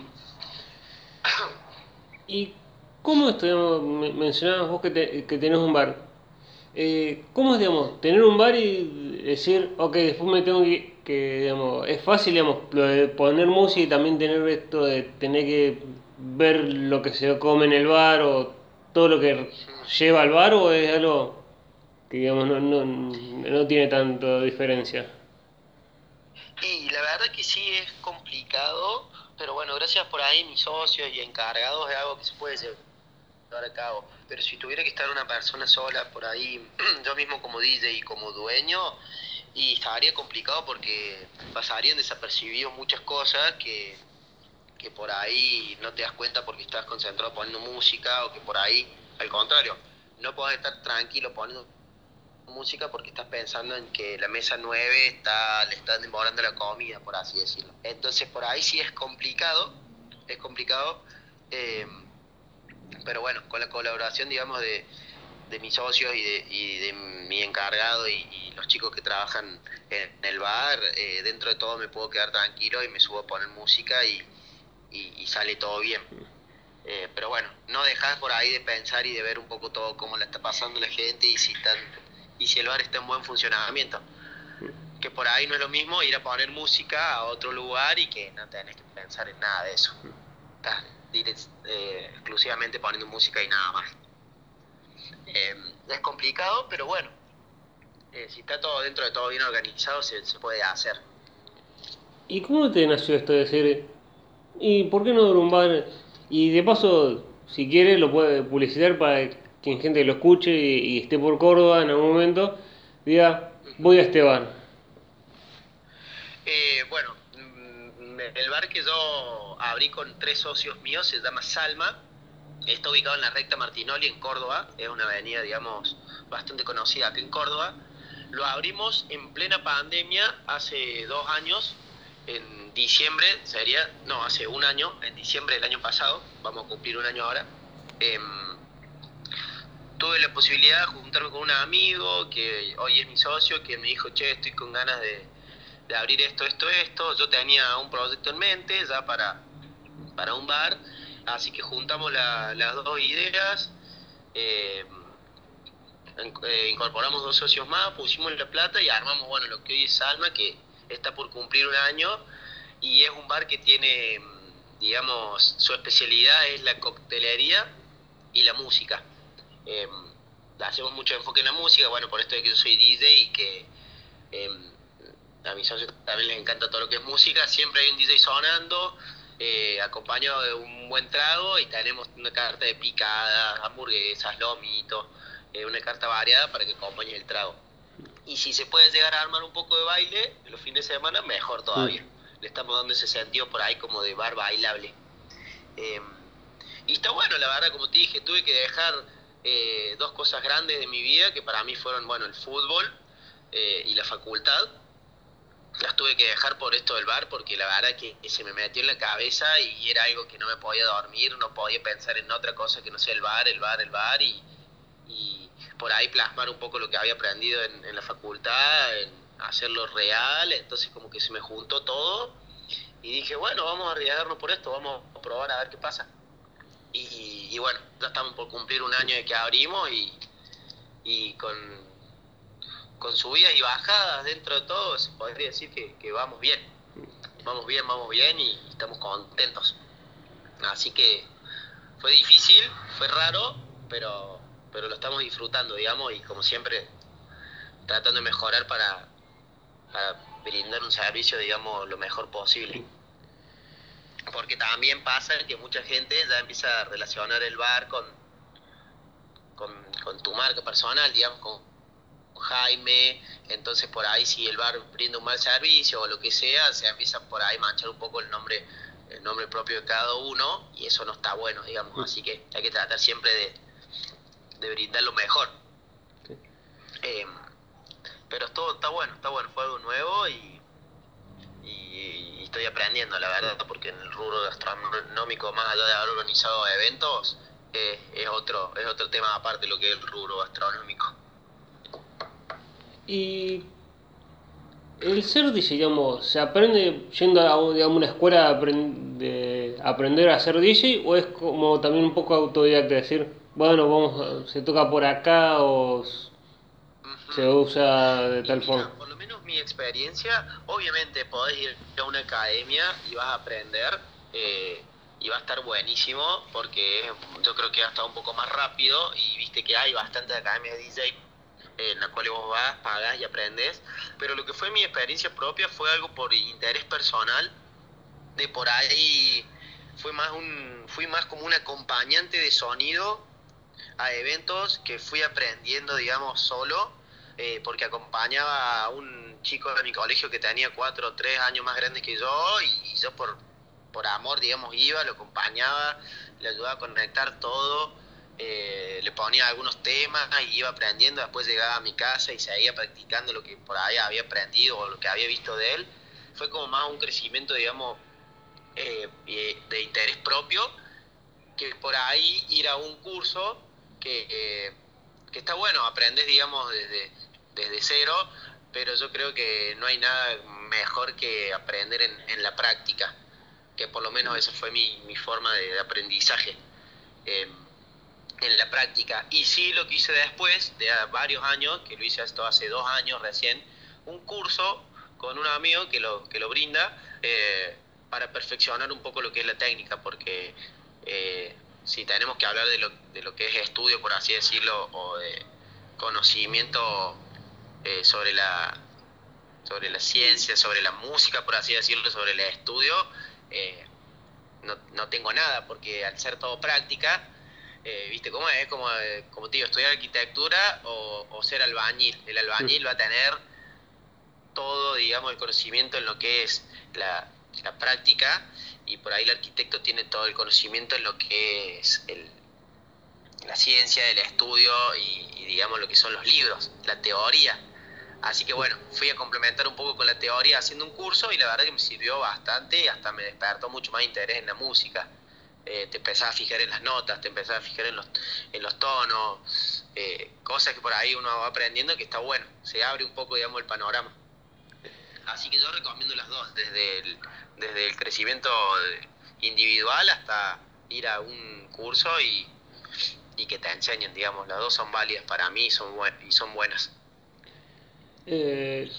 ¿Y cómo esto, digamos, mencionabas vos que tenés un bar? ¿Cómo es, digamos, tener un bar y decir, ok, después me tengo que digamos, es fácil, digamos, lo de poner música y también tener esto de tener que ver lo que se come en el bar o todo lo que lleva al bar, o es algo que digamos no tiene tanta diferencia. Y la verdad que sí es complicado, pero bueno, gracias por ahí mis socios y encargados de algo que se puede llevar a cabo. Pero si tuviera que estar una persona sola por ahí, yo mismo como DJ y como dueño, y estaría complicado porque pasarían desapercibidos muchas cosas que por ahí no te das cuenta porque estás concentrado poniendo música o que por ahí, al contrario, no podés estar tranquilo poniendo música porque estás pensando en que la mesa 9 le están demorando la comida, por así decirlo. Entonces por ahí sí es complicado, eh, pero bueno, con la colaboración, digamos, de mis socios y de mi encargado y los chicos que trabajan en el bar, dentro de todo me puedo quedar tranquilo y me subo a poner música y sale todo bien. Pero bueno, no dejar por ahí de pensar y de ver un poco todo cómo la está pasando la gente y si el bar está en buen funcionamiento. Que por ahí no es lo mismo ir a poner música a otro lugar y que no tenés que pensar en nada de eso. Estás exclusivamente poniendo música y nada más. Es complicado, pero bueno, si está todo dentro de todo bien organizado, se puede hacer. ¿Y cómo te nació esto de decir, y por qué no un bar? Y de paso, si quiere, lo puede publicitar para que gente lo escuche y esté por Córdoba en algún momento, diga, voy a este bar. Bueno, el bar que yo abrí con 3 socios míos se llama Salma. Está ubicado en la recta Martinoli, en Córdoba. Es una avenida, digamos, bastante conocida aquí en Córdoba. Lo abrimos en plena pandemia hace 2 años, en diciembre sería, no, hace un año, en diciembre del año pasado. Vamos a cumplir un año ahora. Em, Tuve la posibilidad de juntarme con un amigo que hoy es mi socio, que me dijo, che, estoy con ganas de abrir esto. Yo tenía un proyecto en mente ya para un bar, así que juntamos las dos ideas, eh, incorporamos 2 socios más, pusimos la plata y armamos, bueno, lo que hoy es Salma, que está por cumplir un año y es un bar que tiene, digamos, su especialidad es la coctelería y la música. Eh, Hacemos mucho enfoque en la música, bueno, por esto de que yo soy DJ y que eh, a mis socios también les encanta todo lo que es música, siempre hay un DJ sonando, acompañado de un buen trago y tenemos una carta de picadas, hamburguesas, lomitos, una carta variada para que acompañe el trago. Y si se puede llegar a armar un poco de baile en los fines de semana, mejor todavía. Le estamos dando ese sentido por ahí como de bar bailable. Eh, y está bueno, la verdad, como te dije, tuve que dejar 2 cosas grandes de mi vida que para mí fueron, bueno, el fútbol y la facultad. Las tuve que dejar por esto del bar porque la verdad que se me metió en la cabeza y era algo que no me podía dormir, no podía pensar en otra cosa que no sea el bar y por ahí plasmar un poco lo que había aprendido en la facultad, en hacerlo real, entonces como que se me juntó todo y dije, bueno, vamos a arriesgarnos por esto, vamos a probar a ver qué pasa. Y bueno, ya estamos por cumplir un año de que abrimos y con subidas y bajadas dentro de todo, se podría decir que vamos bien. Vamos bien y estamos contentos. Así que fue difícil, fue raro, pero lo estamos disfrutando, digamos, y como siempre, tratando de mejorar para brindar un servicio, digamos, lo mejor posible. Porque también pasa que mucha gente ya empieza a relacionar el bar con tu marca personal, digamos, con Jaime, entonces por ahí si el bar brinda un mal servicio o lo que sea, se empieza por ahí a manchar un poco el nombre propio de cada uno y eso no está bueno, digamos, así que hay que tratar siempre de brindar lo mejor. Eh, pero todo está bueno, fue algo nuevo y estoy aprendiendo, la verdad, porque en el rubro gastronómico, más allá de haber organizado eventos, es otro tema aparte lo que es el rubro gastronómico. Y el ser DJ, digamos, ¿se aprende yendo a digamos, una escuela de aprender a ser DJ o es como también un poco autodidacta? Decir, bueno, se toca por acá o... se usa de Y tal mira, forma. por lo menos mi experiencia, obviamente podés ir a una academia y vas a aprender y va a estar buenísimo porque yo creo que va a estar un poco más rápido y viste que hay bastantes academias de DJ en las cuales vos vas, pagás y aprendes, pero lo que fue mi experiencia propia fue algo por interés personal, de por ahí fui más como un acompañante de sonido a eventos que fui aprendiendo, digamos, solo, porque acompañaba a un chico de mi colegio que tenía 4 o 3 años más grande que yo, y yo por amor, digamos, iba, lo acompañaba, le ayudaba a conectar todo, le ponía algunos temas y iba aprendiendo, después llegaba a mi casa y seguía practicando lo que por ahí había aprendido o lo que había visto de él. Fue como más un crecimiento, digamos, de interés propio, que por ahí ir a un curso que, que está bueno, aprendes, digamos, desde cero, pero yo creo que no hay nada mejor que aprender en la práctica, que por lo menos esa fue mi forma de aprendizaje, eh, en la práctica. Y sí, lo que hice después, de varios años, que lo hice esto hace 2 años recién, un curso con un amigo que lo brinda, para perfeccionar un poco lo que es la técnica, porque si tenemos que hablar de lo que es estudio, por así decirlo, o de conocimiento sobre sobre la ciencia, sobre la música, por así decirlo, sobre el estudio, eh, no tengo nada, porque al ser todo práctica, ¿viste cómo es? Como, como te digo, estudiar arquitectura o ser albañil. El albañil va a tener todo, digamos, el conocimiento en lo que es la práctica, y por ahí el arquitecto tiene todo el conocimiento en lo que es la ciencia, el estudio y, digamos, lo que son los libros, la teoría. Así que bueno, fui a complementar un poco con la teoría haciendo un curso, y la verdad que me sirvió bastante y hasta me despertó mucho más interés en la música. Te empezás a fijar en las notas, te empezás a fijar en los tonos, cosas que por ahí uno va aprendiendo, que está bueno, se abre un poco, digamos, el panorama. Así que yo recomiendo las dos, desde el crecimiento individual hasta ir a un curso y que te enseñen, digamos, las dos son válidas para mí y son buenas. Eh,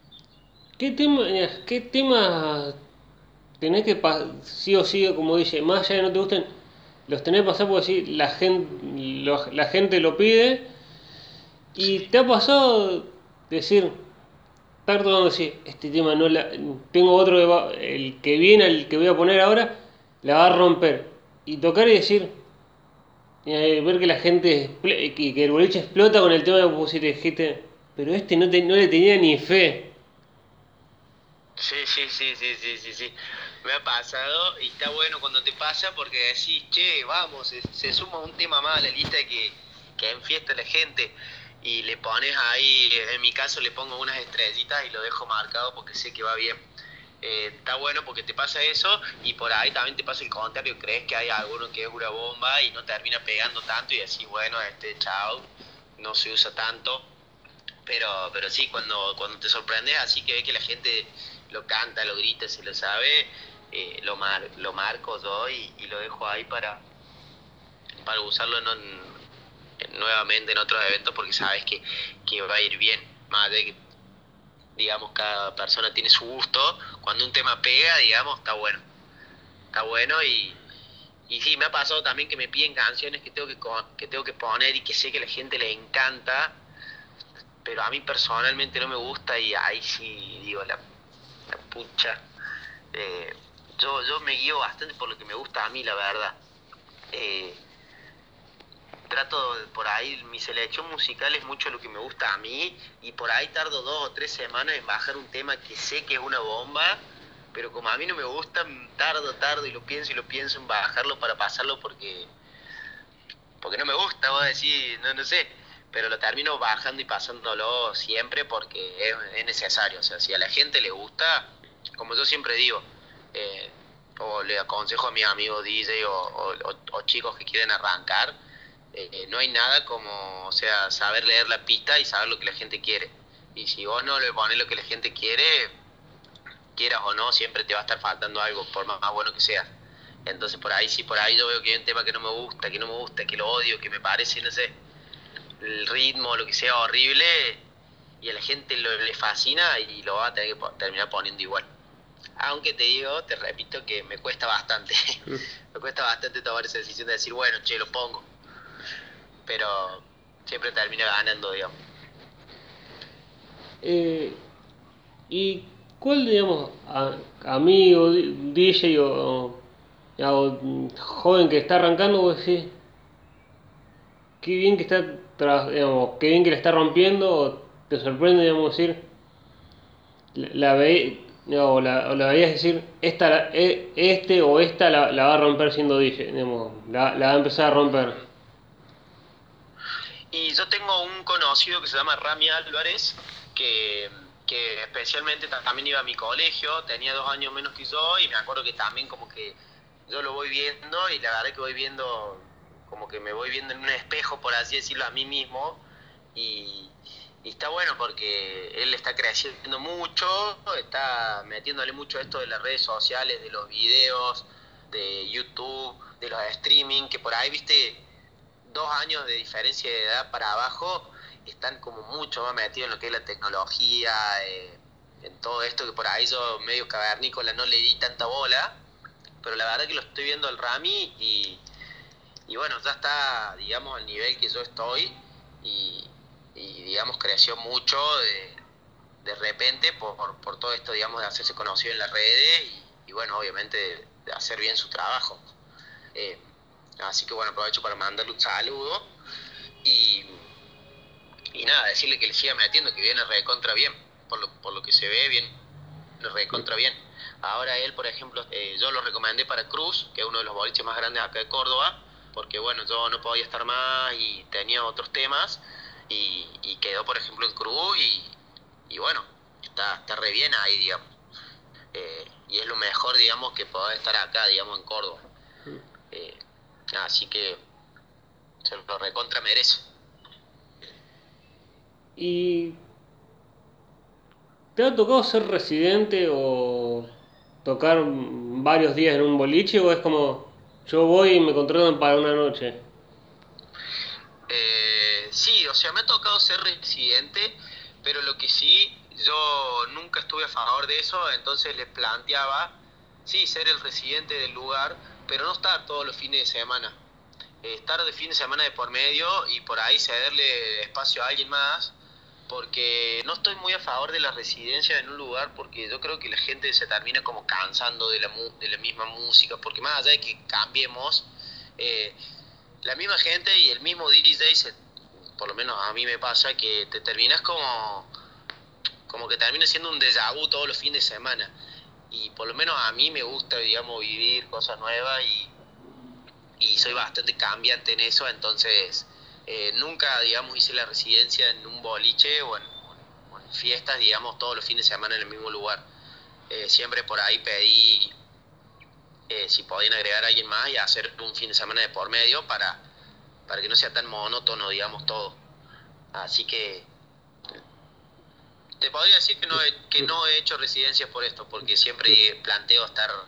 qué tema tenés que sí o sí, como dice, más allá de no te gusten, los tenés que pasar porque sí, la gente lo pide y Sí. te ha pasado decir, tardo en decir, este tema no la, tengo otro el que viene, el que voy a poner ahora, la va a romper y tocar y decir, ver que la gente, que el boliche explota con el tema que pusiste, dijiste, pero este no le tenía ni fe. Sí, sí, sí, sí, sí, sí, sí. Me ha pasado y está bueno cuando te pasa porque decís, che, vamos, se suma un tema más a la lista que enfiesta a la gente, y le pones ahí, en mi caso le pongo unas estrellitas y lo dejo marcado porque sé que va bien. Está bueno porque te pasa eso, y por ahí también te pasa el contrario, crees que hay alguno que es una bomba y no termina pegando tanto y decís, bueno, este chao, no se usa tanto. Pero sí, cuando te sorprendes así, que ves que la gente lo canta, lo grita, se lo sabe, lo marco yo y lo dejo ahí para usarlo nuevamente en otros eventos, porque sabes que va a ir bien. Más allá de que, digamos, cada persona tiene su gusto, cuando un tema pega, digamos, está bueno. Está bueno, y sí, me ha pasado también que me piden canciones que tengo que poner y que sé que a la gente le encanta, pero a mí personalmente no me gusta, y ahí sí digo, la pucha. Eh, yo me guío bastante por lo que me gusta a mí, la verdad. Eh, por ahí, mi selección musical es mucho lo que me gusta a mí, y por ahí tardo 2 o 3 semanas en bajar un tema que sé que es una bomba, pero como a mí no me gusta, tardo y lo pienso en bajarlo para pasarlo porque no me gusta, vos decís, no sé, pero lo termino bajando y pasándolo siempre porque es necesario. O sea, si a la gente le gusta, como yo siempre digo, eh, o le aconsejo a mis amigos DJ o chicos que quieren arrancar, no hay nada como, o sea, saber leer la pista y saber lo que la gente quiere. Y si vos no le pones lo que la gente quiere, quieras o no, siempre te va a estar faltando algo, por más bueno que sea. Entonces por ahí, si por ahí yo veo que hay un tema que no me gusta, que no me gusta, que lo odio, que me parece, no sé, el ritmo, lo que sea horrible, y a la gente le fascina y lo va a tener que terminar poniendo igual. Aunque te digo, te repito que me cuesta bastante. Me cuesta bastante tomar esa decisión de decir, bueno, che, lo pongo. Pero siempre termina ganando, digamos. Eh, ¿Y cuál, digamos, amigo, DJ o joven que está arrancando, vos decís, qué bien que está, digamos, qué bien que la está rompiendo, o te sorprende, digamos, decir, o la veías decir, este o esta la va a romper siendo DJ, digamos, la va a empezar a romper? Y yo tengo un conocido que se llama Rami Álvarez, que especialmente también iba a mi colegio, tenía 2 años menos que yo, y me acuerdo que también como que yo lo voy viendo, y la verdad que voy viendo, como que me voy viendo en un espejo, por así decirlo, a mí mismo, y, y está bueno porque él está creciendo mucho, está metiéndole mucho a esto de las redes sociales, de los videos, de YouTube, de los streaming, que por ahí, viste, 2 años de diferencia de edad para abajo, están como mucho más metidos en lo que es la tecnología, en todo esto que por ahí yo medio cavernícola no le di tanta bola, pero la verdad que lo estoy viendo al Rami y bueno, ya está, digamos, al nivel que yo estoy y, y digamos, creció mucho de repente por todo esto, digamos, de hacerse conocido en las redes y bueno, obviamente de hacer bien su trabajo. Eh, Así que bueno, aprovecho para mandarle un saludo y, y nada, decirle que le siga metiendo, que viene recontra bien, por lo que se ve, viene recontra bien. Ahora él, por ejemplo, yo lo recomendé para Cruz, que es uno de los boliches más grandes acá de Córdoba, porque bueno, yo no podía estar más y tenía otros temas, y quedó, por ejemplo, en Cruz, y bueno, está re bien ahí, digamos. Y es lo mejor, digamos, que poder estar acá, digamos, en Córdoba. Eh, Así que se lo recontra merece. ¿Y te ha tocado ser residente o tocar varios días en un boliche, o es como yo voy y me contratan para una noche? Sí, o sea, me ha tocado ser residente, pero lo que sí, yo nunca estuve a favor de eso, entonces les planteaba, sí, ser el residente del lugar, pero no estar todos los fines de semana. Estar de fin de semana de por medio y por ahí cederle espacio a alguien más, porque no estoy muy a favor de la residencia en un lugar, porque yo creo que la gente se termina como cansando de la misma música, porque más allá de que cambiemos, eh, la misma gente y el mismo DJ, por lo menos a mí me pasa, que te terminas como que termina siendo un déjà vu todos los fines de semana. Y por lo menos a mí me gusta, digamos, vivir cosas nuevas y soy bastante cambiante en eso, entonces nunca, digamos, hice la residencia en un boliche o en fiestas, digamos, todos los fines de semana en el mismo lugar. Siempre por ahí pedí si podían agregar a alguien más y hacer un fin de semana de por medio para que no sea tan monótono, digamos, todo. Así que te podría decir que no he hecho residencias por esto, porque siempre planteo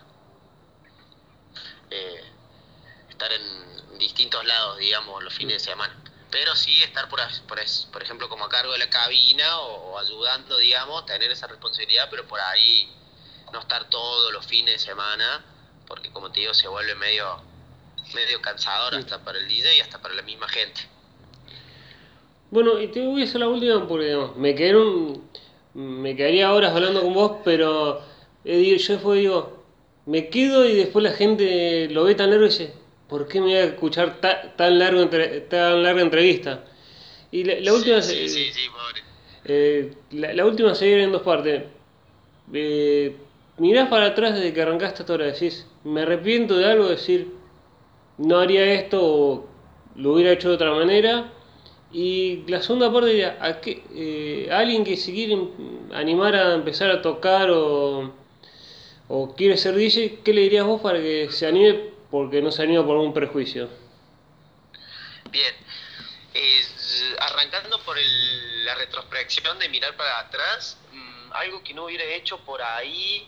eh, estar en distintos lados, digamos, los fines de semana. Pero sí estar, por ejemplo, como a cargo de la cabina o ayudando, digamos, tener esa responsabilidad, pero por ahí no estar todos los fines de semana, porque como te digo, se vuelve medio cansador hasta para el DJ y hasta para la misma gente. Bueno, y te voy a hacer la última porque digamos, me quedaría horas hablando con vos, pero yo después digo, me quedo y después la gente lo ve tan largo y dice, ¿por qué me voy a escuchar tan larga entrevista? Y la última, Sí, sí, sí, sí, pobre. la última se viene en dos partes. Eh, Mirás para atrás desde que arrancaste hasta ahora, decís, me arrepiento de algo, decir, no haría esto o lo hubiera hecho de otra manera. Y la segunda parte diría, alguien que se quiere animar a empezar a tocar o quiere ser DJ, ¿qué le dirías vos para que se anime porque no se anima por un prejuicio? Bien, arrancando por la retrospección de mirar para atrás, algo que no hubiera hecho por ahí,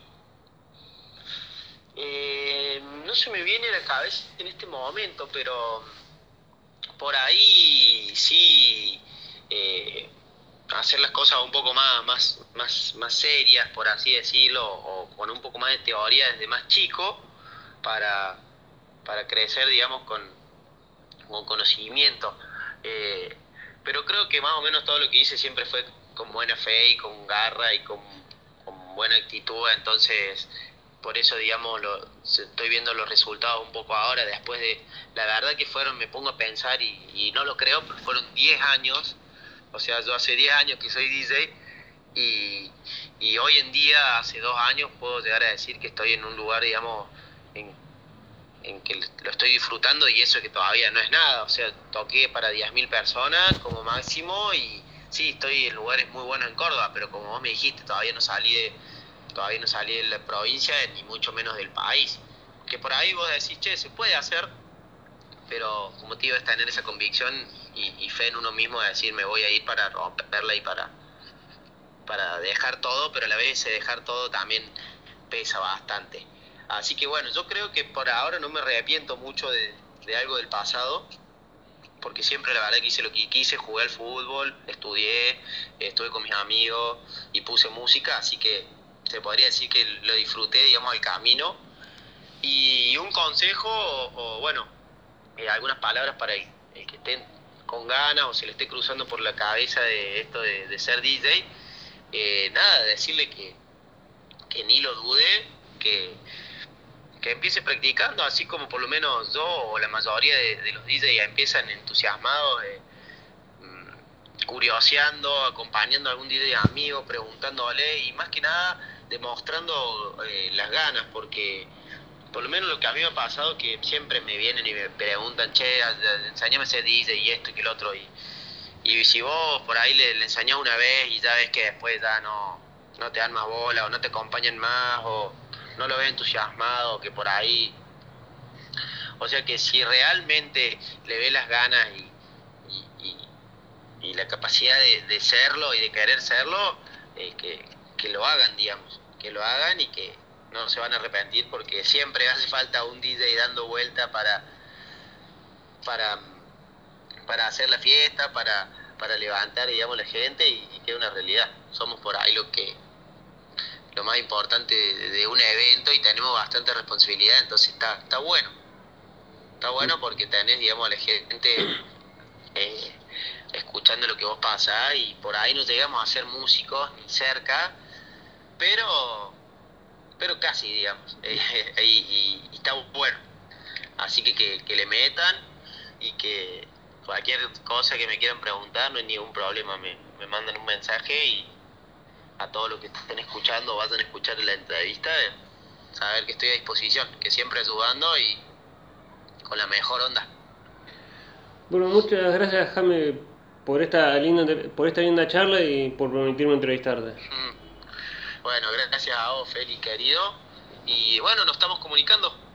no se me viene a la cabeza en este momento, pero por ahí sí, eh, hacer las cosas un poco más serias, por así decirlo, o con un poco más de teoría desde más chico, para, para crecer, digamos, con conocimiento. Eh, pero creo que más o menos todo lo que hice siempre fue con buena fe y con garra y con buena actitud, entonces por eso, digamos, estoy viendo los resultados un poco ahora, después de, la verdad que fueron, me pongo a pensar y no lo creo, pero fueron 10 años, o sea, yo hace 10 años que soy DJ y, y hoy en día, hace 2 años, puedo llegar a decir que estoy en un lugar, digamos, en, en que lo estoy disfrutando y eso que todavía no es nada, o sea, toqué para 10.000 personas como máximo y sí, estoy en lugares muy buenos en Córdoba, pero como vos me dijiste, todavía no salí de la provincia ni mucho menos del país. Que por ahí vos decís, che, se puede hacer, pero como te digo, es tener esa convicción y fe en uno mismo de decir, me voy a ir para romperla y para dejar todo, pero a la vez ese dejar todo también pesa bastante. Así que bueno, yo creo que por ahora no me arrepiento mucho de algo del pasado, porque siempre la verdad que hice lo que quise, jugué al fútbol, estudié, estuve con mis amigos y puse música, así que se podría decir que lo disfruté, digamos, el camino. Y un consejo, bueno, algunas palabras para el que estén con ganas o se le esté cruzando por la cabeza de esto de ser DJ, nada, decirle que ni lo dude, que, que empiece practicando, así como por lo menos yo o la mayoría de los DJs empiezan entusiasmados, curioseando, acompañando a algún DJ amigo, preguntándole y más que nada demostrando las ganas, porque por lo menos lo que a mí me ha pasado que siempre me vienen y me preguntan, che, enséñame a ser DJ y esto y que el otro, y si vos por ahí le enseñás una vez y ya ves que después ya no te dan más bola o no te acompañan más o no lo ves entusiasmado, que por ahí, o sea que si realmente le ves las ganas y, y, y la capacidad de serlo y de querer serlo, que lo hagan, digamos, que lo hagan y que no se van a arrepentir porque siempre hace falta un DJ dando vuelta para, para hacer la fiesta, para levantar, digamos, la gente y que es una realidad. Somos por ahí lo más importante de un evento y tenemos bastante responsabilidad, entonces está bueno porque tenés, digamos, a la gente eh, escuchando lo que vos pasás y por ahí no llegamos a ser músicos ni cerca, pero, pero casi, digamos, y está bueno. Así que le metan y que cualquier cosa que me quieran preguntar no hay ningún problema, me mandan un mensaje y a todos los que estén escuchando vayan a escuchar la entrevista, saber que estoy a disposición, que siempre ayudando y con la mejor onda. Bueno, muchas gracias, Jaime, por esta linda charla y por permitirme entrevistarte. Bueno, gracias a vos, Feli, querido. Y bueno, nos estamos comunicando.